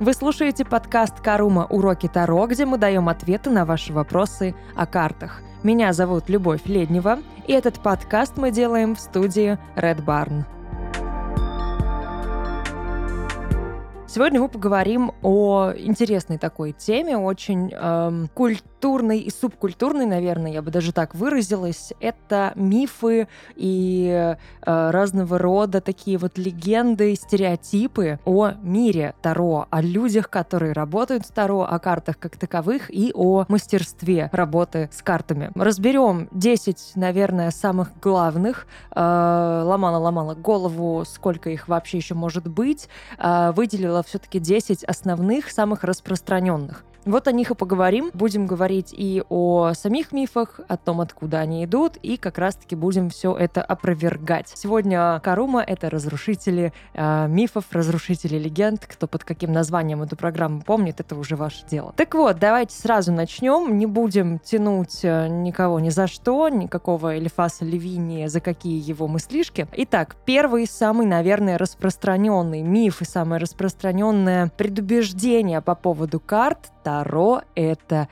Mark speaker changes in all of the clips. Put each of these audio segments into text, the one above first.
Speaker 1: Вы слушаете подкаст «Карума. Уроки Таро», где мы даем ответы на ваши вопросы о картах. Меня зовут Любовь Леднева, и этот подкаст мы делаем в студии Red Barn. Сегодня мы поговорим о интересной такой теме, очень культурной и субкультурной, наверное, я бы даже так выразилась. Это мифы и разного рода такие вот легенды, стереотипы о мире Таро, о людях, которые работают с Таро, о картах как таковых и о мастерстве работы с картами. Разберем 10, наверное, самых главных. Ломала голову, сколько их вообще еще может быть. Выделила все-таки 10 основных, самых распространенных. Вот о них и поговорим. Будем говорить и о самих мифах, о том, откуда они идут, и как раз-таки будем все это опровергать. Сегодня Карума — это разрушители мифов, разрушители легенд. Кто под каким названием эту программу помнит, это уже ваше дело. Так вот, давайте сразу начнем. Не будем тянуть никого ни за что, никакого Элифаса Левини за какие его мыслишки. Итак, первый, самый, наверное, распространенный миф и самое распространенное предубеждение по поводу карт — Таро — это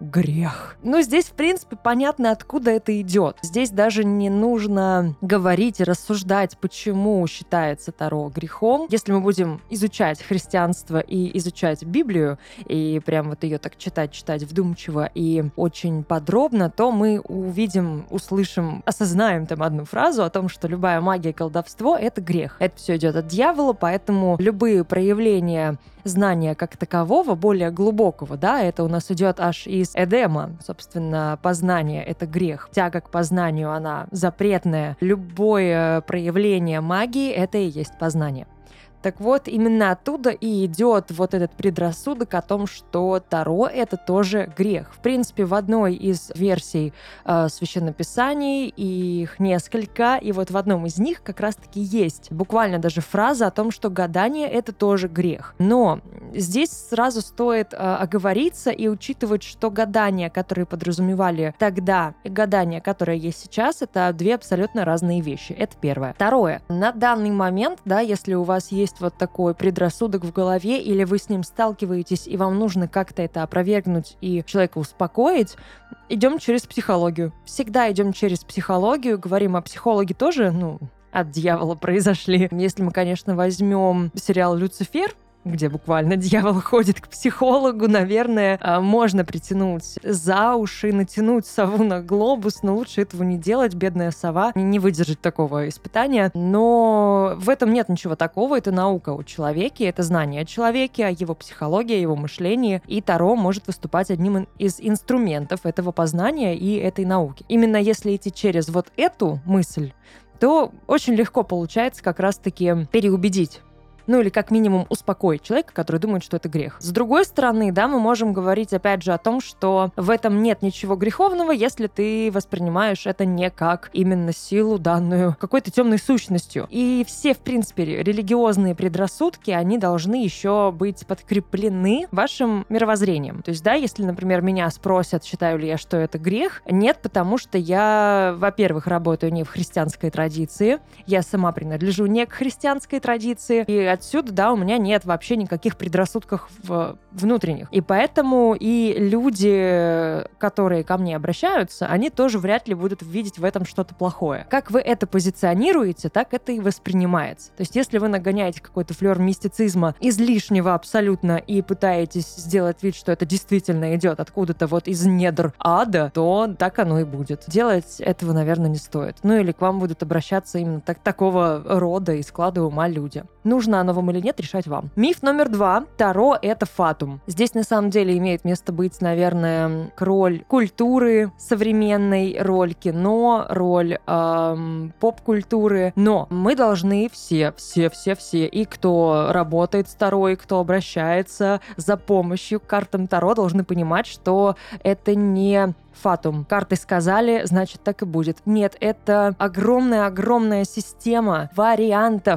Speaker 1: грех. Ну, здесь, в принципе, понятно, откуда это идет. Здесь даже не нужно говорить и рассуждать, почему считается Таро грехом. Если мы будем изучать христианство и изучать Библию, и прям вот ее так читать вдумчиво и очень подробно, то мы увидим, услышим, осознаем там одну фразу о том, что любая магия и колдовство — это грех. Это все идет от дьявола, поэтому любые проявления знания как такового, более глубокого, да, это у нас идет аж из Эдема, собственно, познание — это грех. Тяга к познанию, она запретная. Любое проявление магии — это и есть познание. Так вот, именно оттуда и идет вот этот предрассудок о том, что Таро — это тоже грех. В принципе, в одной из версий священнописаний, их несколько, и вот в одном из них как раз-таки есть буквально даже фраза о том, что гадание — это тоже грех. Но здесь сразу стоит оговориться и учитывать, что гадания, которые подразумевали тогда, и гадания, которые есть сейчас, это две абсолютно разные вещи. Это первое. Второе. На данный момент, да, если у вас есть вот такой предрассудок в голове, или вы с ним сталкиваетесь, и вам нужно как-то это опровергнуть и человека успокоить, идем через психологию. Всегда идем через психологию. Говорим о психологе тоже, от дьявола произошли. Если мы, конечно, возьмем сериал «Люцифер», где буквально дьявол ходит к психологу, наверное, можно притянуть за уши, натянуть сову на глобус, но лучше этого не делать. Бедная сова не выдержит такого испытания. Но в этом нет ничего такого. Это наука о человеке, это знание о человеке, о его психологии, о его мышлении. И Таро может выступать одним из инструментов этого познания и этой науки. Именно если идти через вот эту мысль, то очень легко получается как раз-таки переубедить. Или как минимум успокоить человека, который думает, что это грех. С другой стороны, да, мы можем говорить опять же о том, что в этом нет ничего греховного, если ты воспринимаешь это не как именно силу, данную какой-то темной сущностью. И все, в принципе, религиозные предрассудки, они должны еще быть подкреплены вашим мировоззрением. То есть, да, если, например, меня спросят, считаю ли я, что это грех, нет, потому что я, во-первых, работаю не в христианской традиции, я сама принадлежу не к христианской традиции, и отсюда, да, у меня нет вообще никаких предрассудков внутренних. И поэтому и люди, которые ко мне обращаются, они тоже вряд ли будут видеть в этом что-то плохое. Как вы это позиционируете, так это и воспринимается. То есть если вы нагоняете какой-то флёр мистицизма излишнего абсолютно и пытаетесь сделать вид, что это действительно идет откуда-то вот из недр ада, то так оно и будет. Делать этого, наверное, не стоит. Или к вам будут обращаться именно такого рода и склада ума люди. Нужно оно вам или нет, решать вам. Миф номер 2. Таро — это фатум. Здесь на самом деле имеет место быть, наверное, роль культуры современной, роль кино, роль поп-культуры. Но мы должны все, и кто работает с Таро, и кто обращается за помощью к картам Таро, должны понимать, что это не фатум. Карты сказали, значит, так и будет. Нет, это огромная-огромная система вариантов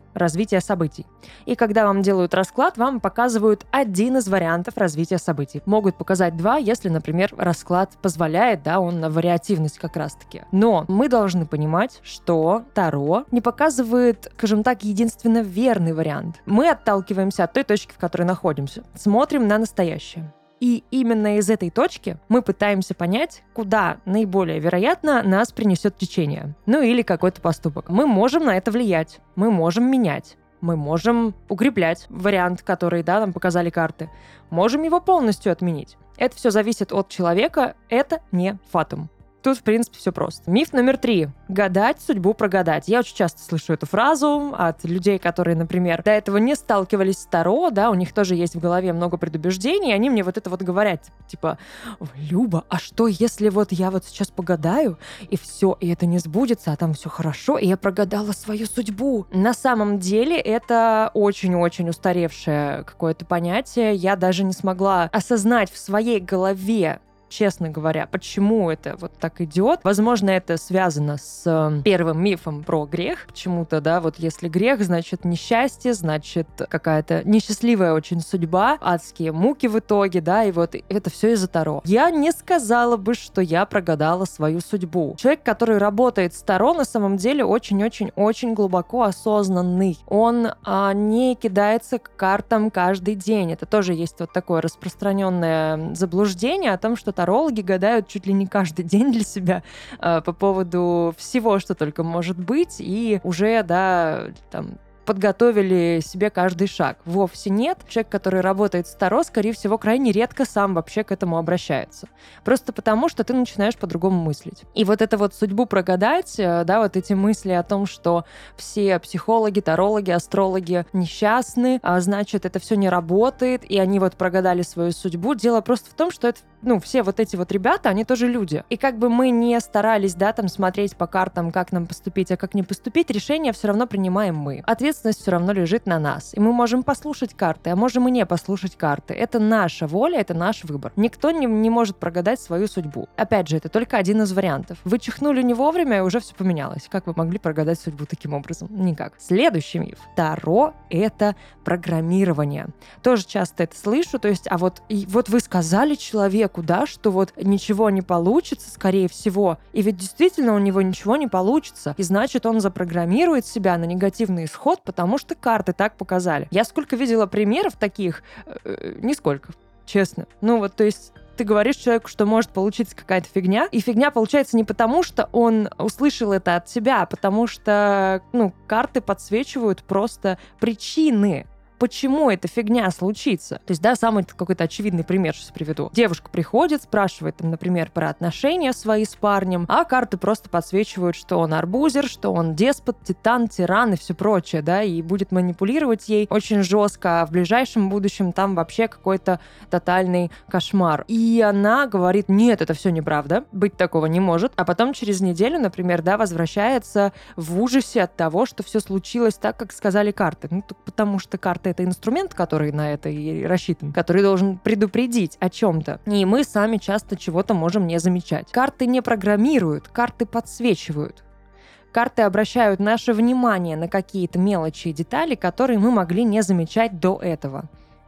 Speaker 1: развития событий. И когда вам делают расклад, вам показывают один из вариантов развития событий. Могут показать два, если, например, расклад позволяет, да, он на вариативность как раз-таки. Но мы должны понимать, что Таро не показывает, скажем так, единственно верный вариант. Мы отталкиваемся от той точки, в которой находимся. Смотрим на настоящее. И именно из этой точки мы пытаемся понять, куда наиболее вероятно нас принесет течение. Ну или какой-то поступок. Мы можем на это влиять, мы можем менять, мы можем укреплять вариант, который, да, нам показали карты. Можем его полностью отменить. Это все зависит от человека, это не фатум. Тут, в принципе, все просто. Миф номер 3. Гадать, судьбу прогадать. Я очень часто слышу эту фразу от людей, которые, например, до этого не сталкивались с Таро, да, у них тоже есть в голове много предубеждений, и они мне вот это вот говорят, типа, Люба, а что, если вот я вот сейчас погадаю, и все, и это не сбудется, а там все хорошо, и я прогадала свою судьбу? На самом деле это очень-очень устаревшее какое-то понятие. Я даже не смогла осознать в своей голове, честно говоря, почему это вот так идет. Возможно, это связано с первым мифом про грех. Почему-то, да, вот если грех, значит несчастье, значит какая-то несчастливая очень судьба, адские муки в итоге, да, и вот это все из-за Таро. Я не сказала бы, что я прогадала свою судьбу. Человек, который работает с Таро, на самом деле очень-очень-очень глубоко осознанный. Он не кидается к картам каждый день. Это тоже есть вот такое распространенное заблуждение о том, что тарологи гадают чуть ли не каждый день для себя по поводу всего, что только может быть, и уже, да, там, подготовили себе каждый шаг. Вовсе нет. Человек, который работает с Таро, скорее всего, крайне редко сам вообще к этому обращается. Просто потому, что ты начинаешь по-другому мыслить. И вот это вот судьбу прогадать, да, вот эти мысли о том, что все психологи, тарологи, астрологи несчастны, а значит, это все не работает, и они вот прогадали свою судьбу. Дело просто в том, что это, все вот эти вот ребята, они тоже люди. И как бы мы не старались, да, там, смотреть по картам, как нам поступить, а как не поступить, решение все равно принимаем мы. Ответственность все равно лежит на нас. И мы можем послушать карты, а можем и не послушать карты. Это наша воля, это наш выбор. Никто не может прогадать свою судьбу. Опять же, это только один из вариантов. Вы чихнули не вовремя, и уже все поменялось. Как вы могли прогадать судьбу таким образом? Никак. Следующий миф. Таро — это программирование. Тоже часто это слышу, то есть, вот вы сказали человеку, да, что вот ничего не получится, скорее всего, и ведь действительно у него ничего не получится, и значит, он запрограммирует себя на негативный исход, потому что карты так показали. Я сколько видела примеров таких, нисколько, честно. То есть ты говоришь человеку, что может получиться какая-то фигня, и фигня получается не потому, что он услышал это от тебя, а потому что, карты подсвечивают просто причины, почему эта фигня случится. То есть, да, самый какой-то очевидный пример сейчас приведу. Девушка приходит, спрашивает, там, например, про отношения свои с парнем, а карты просто подсвечивают, что он арбузер, что он деспот, титан, тиран и все прочее, да, и будет манипулировать ей очень жестко, а в ближайшем будущем там вообще какой-то тотальный кошмар. И она говорит, нет, это все неправда, быть такого не может, а потом через неделю, например, да, возвращается в ужасе от того, что все случилось так, как сказали карты. Потому что карты — это инструмент, который на это и рассчитан, который должен предупредить о чем-то. И мы сами часто чего-то можем не замечать. Карты не программируют, карты подсвечивают. Карты обращают наше внимание на какие-то мелочи и детали, которые мы могли не замечать до этого.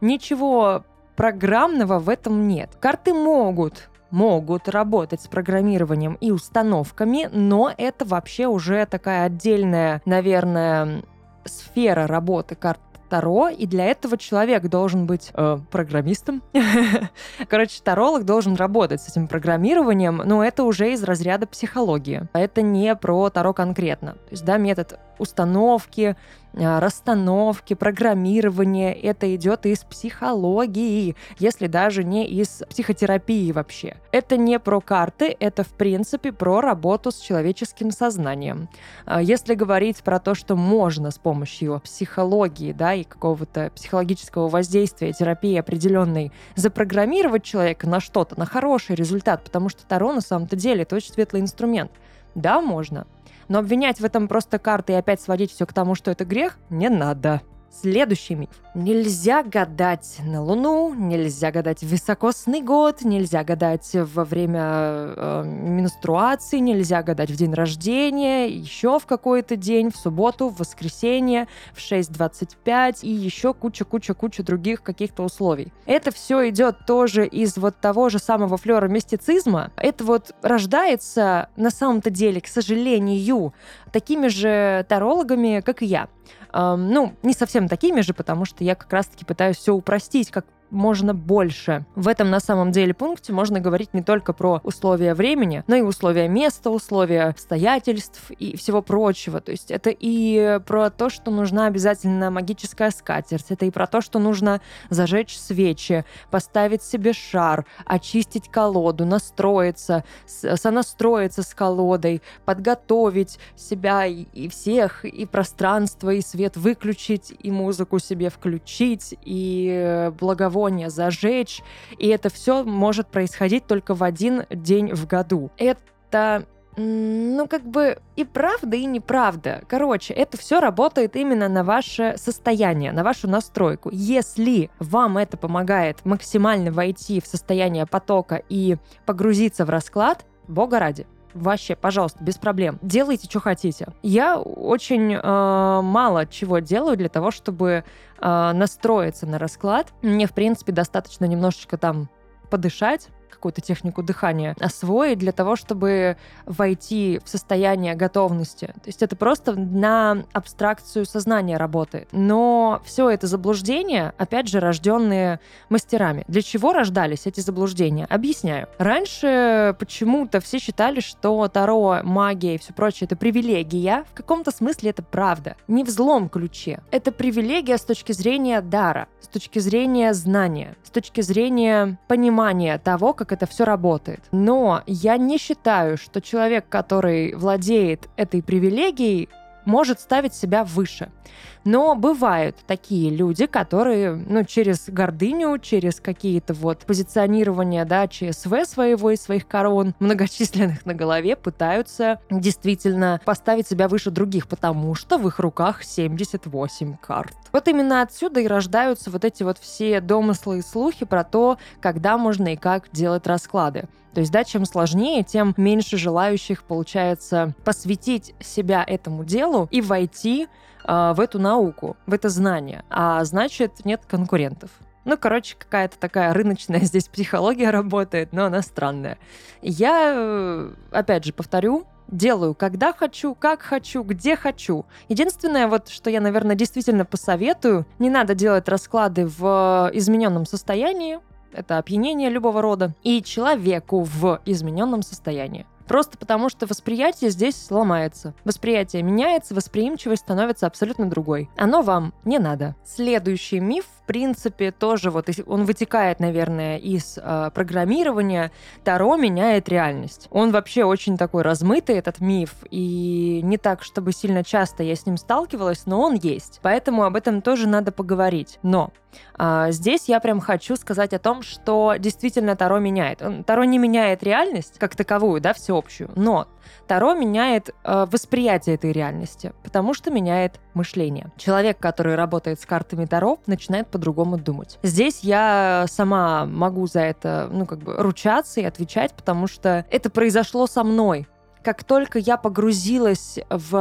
Speaker 1: Ничего программного в этом нет. Карты могут работать с программированием и установками, но это вообще уже такая отдельная, наверное, сфера работы карт Таро, и для этого человек должен быть программистом. Короче, таролог должен работать с этим программированием, но это уже из разряда психологии. Это не про Таро конкретно. То есть, да, метод установки, расстановки, программирования, это идет из психологии, если даже не из психотерапии вообще. Это не про карты, это в принципе про работу с человеческим сознанием. Если говорить про то, что можно с помощью психологии, да, и какого-то психологического воздействия, терапии определенной запрограммировать человека на что-то, на хороший результат, потому что Таро на самом-то деле это очень светлый инструмент. Да, можно. Но обвинять в этом просто карты и опять сводить все к тому, что это грех, не надо. Следующий миф. Нельзя гадать на Луну, нельзя гадать в високосный год, нельзя гадать во время менструации, нельзя гадать в день рождения, еще в какой-то день, в субботу, в воскресенье, в 6:25 и еще куча других каких-то условий. Это все идет тоже из вот того же самого флера мистицизма. Это вот рождается на самом-то деле, к сожалению, такими же тарологами, как и я. Не совсем такими же, потому что я как раз-таки пытаюсь все упростить как можно больше. В этом на самом деле пункте можно говорить не только про условия времени, но и условия места, условия обстоятельств и всего прочего. То есть это и про то, что нужна обязательно магическая скатерть, это и про то, что нужно зажечь свечи, поставить себе шар, очистить колоду, настроиться, сонастроиться с колодой, подготовить себя и всех, и пространство, и свет выключить, и музыку себе включить, и благовоние зажечь, и это все может происходить только в один день в году. Это и правда, и неправда. Короче, это все работает именно на ваше состояние, на вашу настройку. Если вам это помогает максимально войти в состояние потока и погрузиться в расклад, бога ради. Вообще, пожалуйста, без проблем. Делайте, что хотите. Я очень мало чего делаю для того, чтобы настроиться на расклад. Мне, в принципе, достаточно немножечко там подышать, какую-то технику дыхания освоить для того, чтобы войти в состояние готовности. То есть это просто на абстракцию сознания работает. Но все это заблуждения, опять же, рожденные мастерами. Для чего рождались эти заблуждения? Объясняю. Раньше почему-то все считали, что таро, магия и все прочее — это привилегия. В каком-то смысле это правда. Не в злом ключе. Это привилегия с точки зрения дара, с точки зрения знания, с точки зрения понимания того, как это все работает. Но я не считаю, что человек, который владеет этой привилегией, может ставить себя выше. Но бывают такие люди, которые, через гордыню, через какие-то позиционирования, ЧСВ своего и своих корон, многочисленных на голове, пытаются действительно поставить себя выше других, потому что в их руках 78 карт. Вот именно отсюда и рождаются эти все домыслы и слухи про то, когда можно и как делать расклады. То есть, чем сложнее, тем меньше желающих получается посвятить себя этому делу и войти в эту науку, в это знание. А значит, нет конкурентов. Какая-то такая рыночная здесь психология работает, но она странная. Я, опять же, повторю, делаю, когда хочу, как хочу, где хочу. Единственное, что я, наверное, действительно посоветую, не надо делать расклады в измененном состоянии, это опьянение любого рода, и человеку в измененном состоянии. Просто потому, что восприятие здесь ломается. Восприятие меняется, восприимчивость становится абсолютно другой. Оно вам не надо. Следующий миф, в принципе, тоже он вытекает, наверное, из программирования. Таро меняет реальность. Он вообще очень такой размытый, этот миф, и не так, чтобы сильно часто я с ним сталкивалась, но он есть. Поэтому об этом тоже надо поговорить. Но здесь я прям хочу сказать о том, что действительно Таро меняет. Таро не меняет реальность как таковую, всеобщую, но Таро меняет восприятие этой реальности, потому что меняет мышление. Человек, который работает с картами Таро, начинает по-другому думать. Здесь я сама могу за это, ручаться и отвечать, потому что это произошло со мной. Как только я погрузилась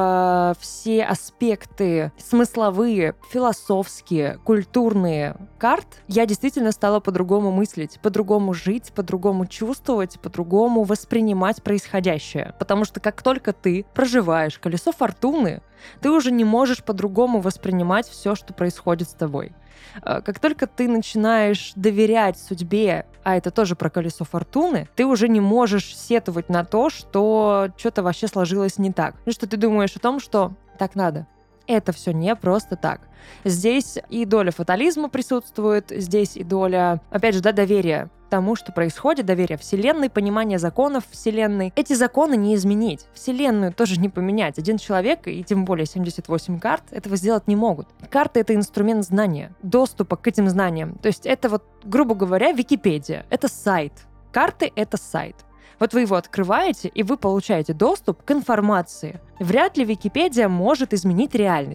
Speaker 1: в все аспекты смысловые, философские, культурные карт, я действительно стала по-другому мыслить, по-другому жить, по-другому чувствовать, по-другому воспринимать происходящее. Потому что как только ты проживаешь колесо фортуны, ты уже не можешь по-другому воспринимать все, что происходит с тобой. Как только ты начинаешь доверять судьбе, а это тоже про колесо фортуны, ты уже не можешь сетовать на то, что что-то вообще сложилось не так. Что ты думаешь о том, что так надо. Это все не просто так. Здесь и доля фатализма присутствует, здесь и доля, опять же, доверия тому, что происходит, доверие Вселенной, понимание законов Вселенной. Эти законы не изменить. Вселенную тоже не поменять. Один человек, и тем более 78 карт, этого сделать не могут. Карты — это инструмент знания, доступа к этим знаниям. То есть это грубо говоря, Википедия. Это сайт. Карты — это сайт. Вы его открываете, и вы получаете доступ к информации. Вряд ли Википедия может изменить реальность.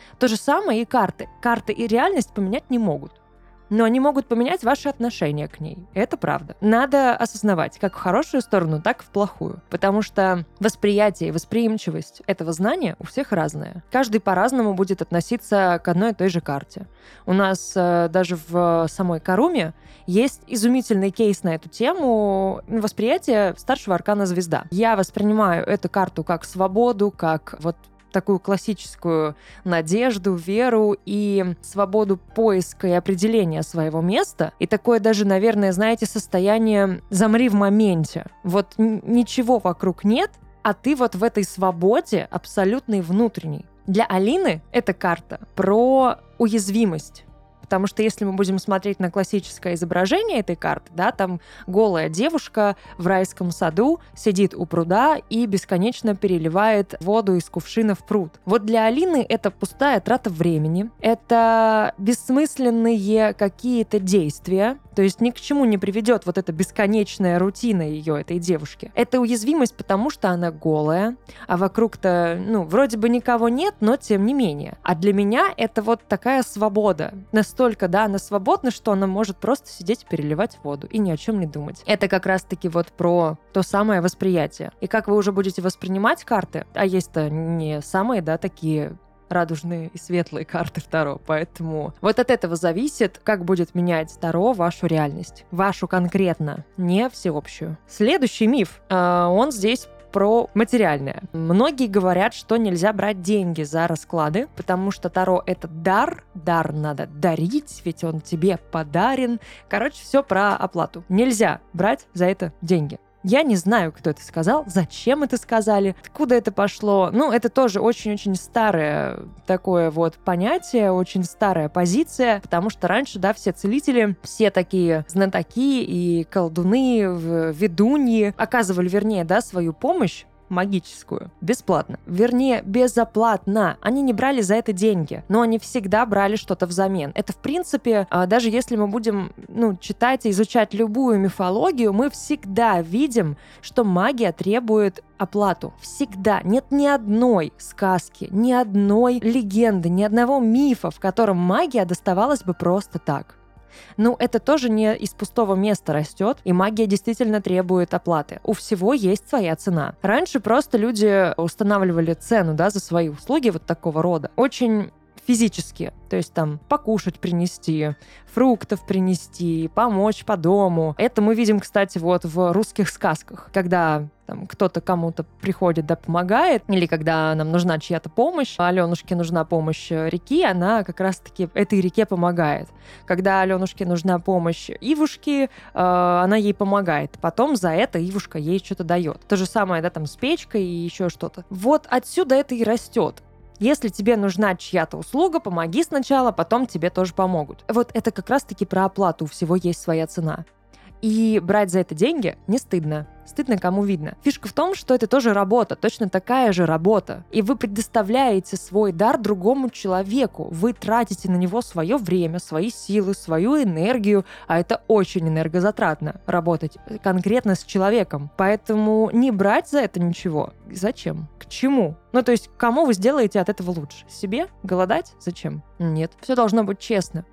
Speaker 1: То же самое и карты. Карты и реальность поменять не могут. Но они могут поменять ваши отношения к ней. Это правда. Надо осознавать как в хорошую сторону, так и в плохую. Потому что восприятие и восприимчивость этого знания у всех разная. Каждый по-разному будет относиться к одной и той же карте. У нас даже в самой Каруме есть изумительный кейс на эту тему восприятия старшего аркана «Звезда». Я воспринимаю эту карту как свободу, как вот такую классическую надежду, веру и свободу поиска и определения своего места. И такое даже, наверное, знаете, состояние «замри в моменте». Вот ничего вокруг нет, а ты вот в этой свободе абсолютной внутренней. Для Алины эта карта про уязвимость. Потому что если мы будем смотреть на классическое изображение этой карты, да, там голая девушка в райском саду сидит у пруда и бесконечно переливает воду из кувшина в пруд. Вот для Алины это пустая трата времени, это бессмысленные какие-то действия, то есть ни к чему не приведет вот эта бесконечная рутина ее, этой девушки. Это уязвимость, потому что она голая, а вокруг-то, вроде бы никого нет, но тем не менее. А для меня это вот такая свобода. Настолько, да, она свободна, что она может просто сидеть и переливать воду и ни о чем не думать. Это как раз-таки вот про то самое восприятие. И как вы уже будете воспринимать карты, а есть-то не самые, да, такие радужные и светлые карты Таро, поэтому вот от этого зависит, как будет менять Таро вашу реальность. Вашу конкретно, не всеобщую. Следующий миф, он здесь про материальное. Многие говорят, что нельзя брать деньги за расклады, потому что Таро — это дар, дар надо дарить, ведь он тебе подарен. Короче, все про оплату. Нельзя брать за это деньги. Я не знаю, кто это сказал, зачем это сказали, откуда это пошло. Это тоже очень-очень старое такое вот понятие, очень старая позиция, потому что раньше, да, все целители, все такие знатоки и колдуны, ведуньи оказывали, вернее, да, свою помощь магическую, бесплатно. Вернее, безоплатно. Они не брали за это деньги, но они всегда брали что-то взамен. Это, в принципе, даже если мы будем, читать и изучать любую мифологию, мы всегда видим, что магия требует оплату. Всегда. Нет ни одной сказки, ни одной легенды, ни одного мифа, в котором магия доставалась бы просто так. Это тоже не из пустого места растет, и магия действительно требует оплаты. У всего есть своя цена. Раньше просто люди устанавливали цену, да, за свои услуги вот такого рода. Очень физически, то есть там покушать принести, фруктов принести, помочь по дому. Это мы видим, кстати, вот в русских сказках, когда там кто-то кому-то приходит, да, помогает, или когда нам нужна чья-то помощь, Аленушке нужна помощь реки, она как раз-таки этой реке помогает. Когда Аленушке нужна помощь Ивушки, она ей помогает. Потом за это Ивушка ей что-то дает. То же самое, да, там с печкой и еще что-то. Вот отсюда это и растет. Если тебе нужна чья-то услуга, помоги сначала, потом тебе тоже помогут. Вот это как раз-таки про оплату, у всего есть своя цена. И брать за это деньги не стыдно. Стыдно, кому видно. Фишка в том, что это тоже работа, точно такая же работа. И вы предоставляете свой дар другому человеку. Вы тратите на него свое время, свои силы, свою энергию, а это очень энергозатратно работать конкретно с человеком. Поэтому не брать за это ничего. Зачем? К чему? То есть, кому вы сделаете от этого лучше? Себе? Голодать? Зачем? Нет. Все должно быть честно.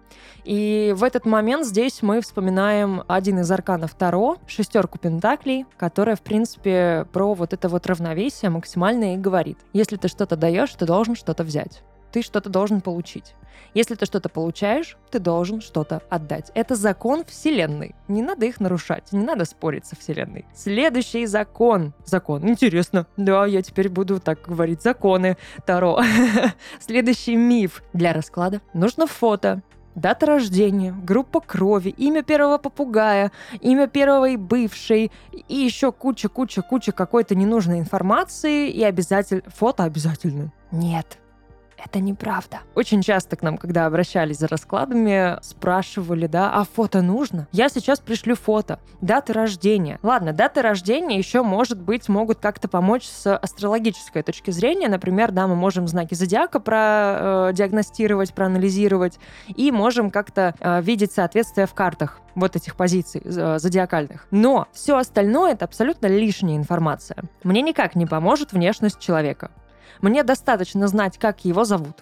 Speaker 1: И в этот момент здесь мы вспоминаем один из арканов Таро, шестерку пентаклей, которая, в принципе, про вот это вот равновесие максимально и говорит. Если ты что-то даешь, ты должен что-то взять. Ты что-то должен получить. Если ты что-то получаешь, ты должен что-то отдать. Это закон Вселенной. Не надо их нарушать, не надо спорить со Вселенной. Следующий закон. Закон. Интересно. Да, я теперь буду так говорить. Законы Таро. Следующий миф. Для расклада нужно фото, дата рождения, группа крови, имя первого попугая, имя первой бывшей и еще куча какой-то ненужной информации и фото обязательно. Нет. Это неправда. Очень часто к нам, когда обращались за раскладами, спрашивали, да, а фото нужно? Я сейчас пришлю фото. Даты рождения. Ладно, даты рождения еще, может быть, могут как-то помочь с астрологической точки зрения. Например, да, мы можем знаки зодиака продиагностировать, проанализировать, и можем как-то видеть соответствие в картах вот этих позиций зодиакальных. Но все остальное — это абсолютно лишняя информация. Мне никак не поможет внешность человека. Мне достаточно знать, как его зовут.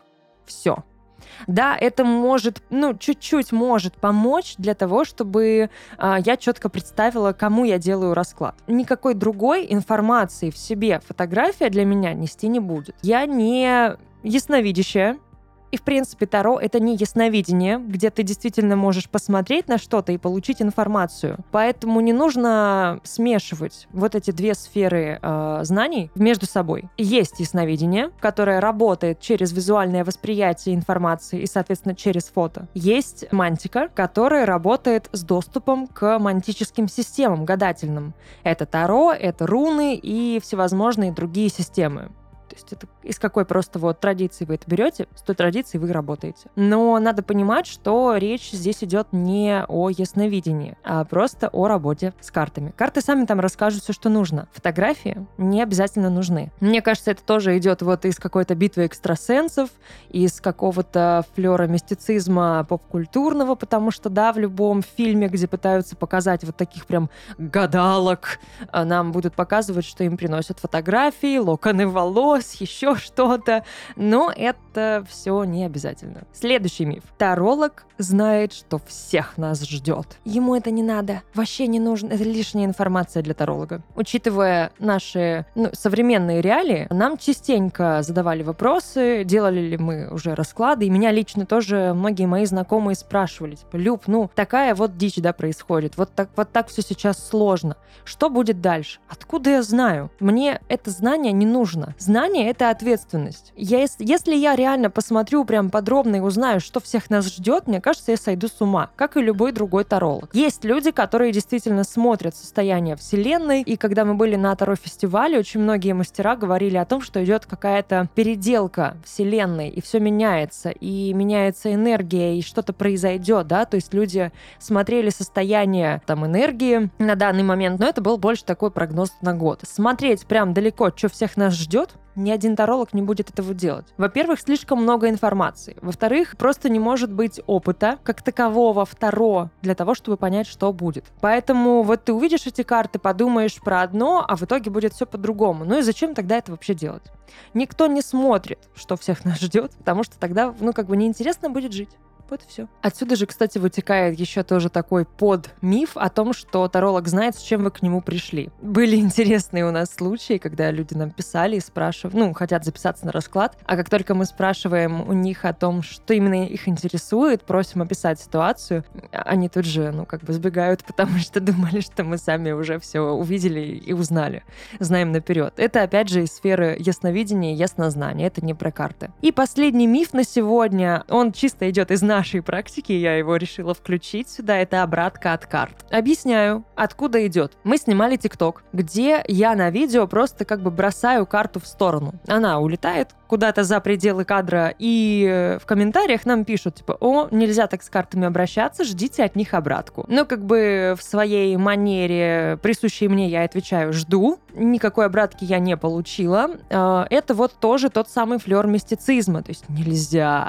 Speaker 1: Все. Да, это может, чуть-чуть может помочь для того, чтобы я четко представила, кому я делаю расклад. Никакой другой информации в себе фотография для меня нести не будет. Я не ясновидящая. И, в принципе, Таро — это не ясновидение, где ты действительно можешь посмотреть на что-то и получить информацию. Поэтому не нужно смешивать вот эти две сферы знаний между собой. Есть ясновидение, которое работает через визуальное восприятие информации и, соответственно, через фото. Есть мантика, которая работает с доступом к мантическим системам гадательным. Это Таро, это руны и всевозможные другие системы. То есть это из какой просто вот традиции вы это берете, с той традицией вы работаете. Но надо понимать, что речь здесь идет не о ясновидении, а просто о работе с картами. Карты сами там расскажут все, что нужно. Фотографии не обязательно нужны. Мне кажется, это тоже идет вот из какой-то битвы экстрасенсов, из какого-то флера мистицизма поп-культурного, потому что, да, в любом фильме, где пытаются показать вот таких прям гадалок, нам будут показывать, что им приносят фотографии, локоны волос, еще что-то, но это все не обязательно. Следующий миф. Таролог знает, что всех нас ждет. Ему это не надо, вообще не нужно, это лишняя информация для таролога. Учитывая наши современные реалии, нам частенько задавали вопросы, делали ли мы уже расклады, и меня лично тоже многие мои знакомые спрашивали, типа, Люб, такая вот дичь, да, происходит, вот так все сейчас сложно. Что будет дальше? Откуда я знаю? Мне это знание не нужно. Знание — это ответственность. Если я реально посмотрю прям подробно и узнаю, что всех нас ждет, мне кажется, я сойду с ума, как и любой другой таролог. Есть люди, которые действительно смотрят состояние Вселенной, и когда мы были на Таро-фестивале, очень многие мастера говорили о том, что идет какая-то переделка Вселенной, и все меняется, и меняется энергия, и что-то произойдет, да, то есть люди смотрели состояние там энергии на данный момент, но это был больше такой прогноз на год. Смотреть прям далеко, что всех нас ждет, ни один таролог не будет этого делать. Во-первых, слишком много информации. Во-вторых, просто не может быть опыта как такового в Таро для того, чтобы понять, что будет. Поэтому вот ты увидишь эти карты, подумаешь про одно, а в итоге будет все по-другому. Ну и зачем тогда это вообще делать? Никто не смотрит, что всех нас ждет, потому что тогда, неинтересно будет жить. Вот и все. Отсюда же, кстати, вытекает еще тоже такой подмиф о том, что таролог знает, с чем вы к нему пришли. Были интересные у нас случаи, когда люди нам писали и спрашивали, хотят записаться на расклад, а как только мы спрашиваем у них о том, что именно их интересует, просим описать ситуацию, они тут же, сбегают, потому что думали, что мы сами уже все увидели и узнали. Знаем наперед. Это, опять же, из сферы ясновидения и яснознания. Это не про карты. И последний миф на сегодня, он чисто идет из нашей практики, я его решила включить сюда, это обратка от карт. Объясняю, откуда идет. Мы снимали ТикТок, где я на видео просто бросаю карту в сторону. Она улетает куда-то за пределы кадра, и в комментариях нам пишут, нельзя так с картами обращаться, ждите от них обратку. В своей манере, присущей мне, я отвечаю, жду. Никакой обратки я не получила. Это вот тоже тот самый флер мистицизма, то есть нельзя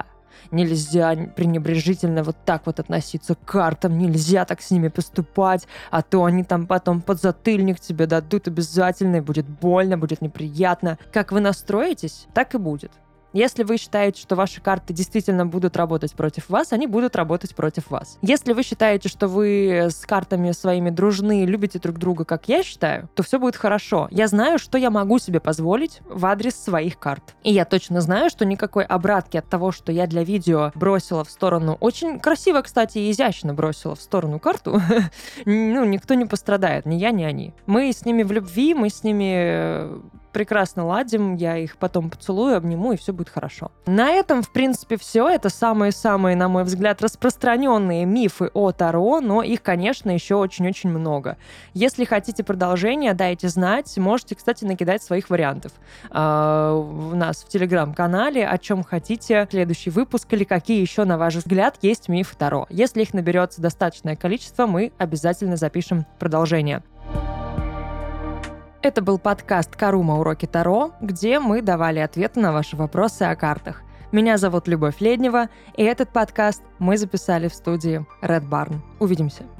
Speaker 1: пренебрежительно вот так вот относиться к картам, нельзя так с ними поступать, а то они там потом подзатыльник тебе дадут обязательно, и будет больно, будет неприятно. Как вы настроитесь, так и будет. Если вы считаете, что ваши карты действительно будут работать против вас, они будут работать против вас. Если вы считаете, что вы с картами своими дружны, любите друг друга, как я считаю, то все будет хорошо. Я знаю, что я могу себе позволить в адрес своих карт. И я точно знаю, что никакой обратки от того, что я для видео бросила в сторону, очень красиво, кстати, и изящно бросила в сторону карту, никто не пострадает, ни я, ни они. Мы с ними в любви, мы с ними прекрасно ладим, я их потом поцелую, обниму, и все будет хорошо. На этом, в принципе, все. Это самые-самые, на мой взгляд, распространенные мифы о Таро, но их, конечно, еще очень-очень много. Если хотите продолжение, дайте знать. Можете, кстати, накидать своих вариантов у нас в Телеграм-канале, о чем хотите следующий выпуск или какие еще, на ваш взгляд, есть мифы Таро. Если их наберется достаточное количество, мы обязательно запишем продолжение. Это был подкаст «Карума. Уроки Таро», где мы давали ответы на ваши вопросы о картах. Меня зовут Любовь Леднева, и этот подкаст мы записали в студии Red Barn. Увидимся.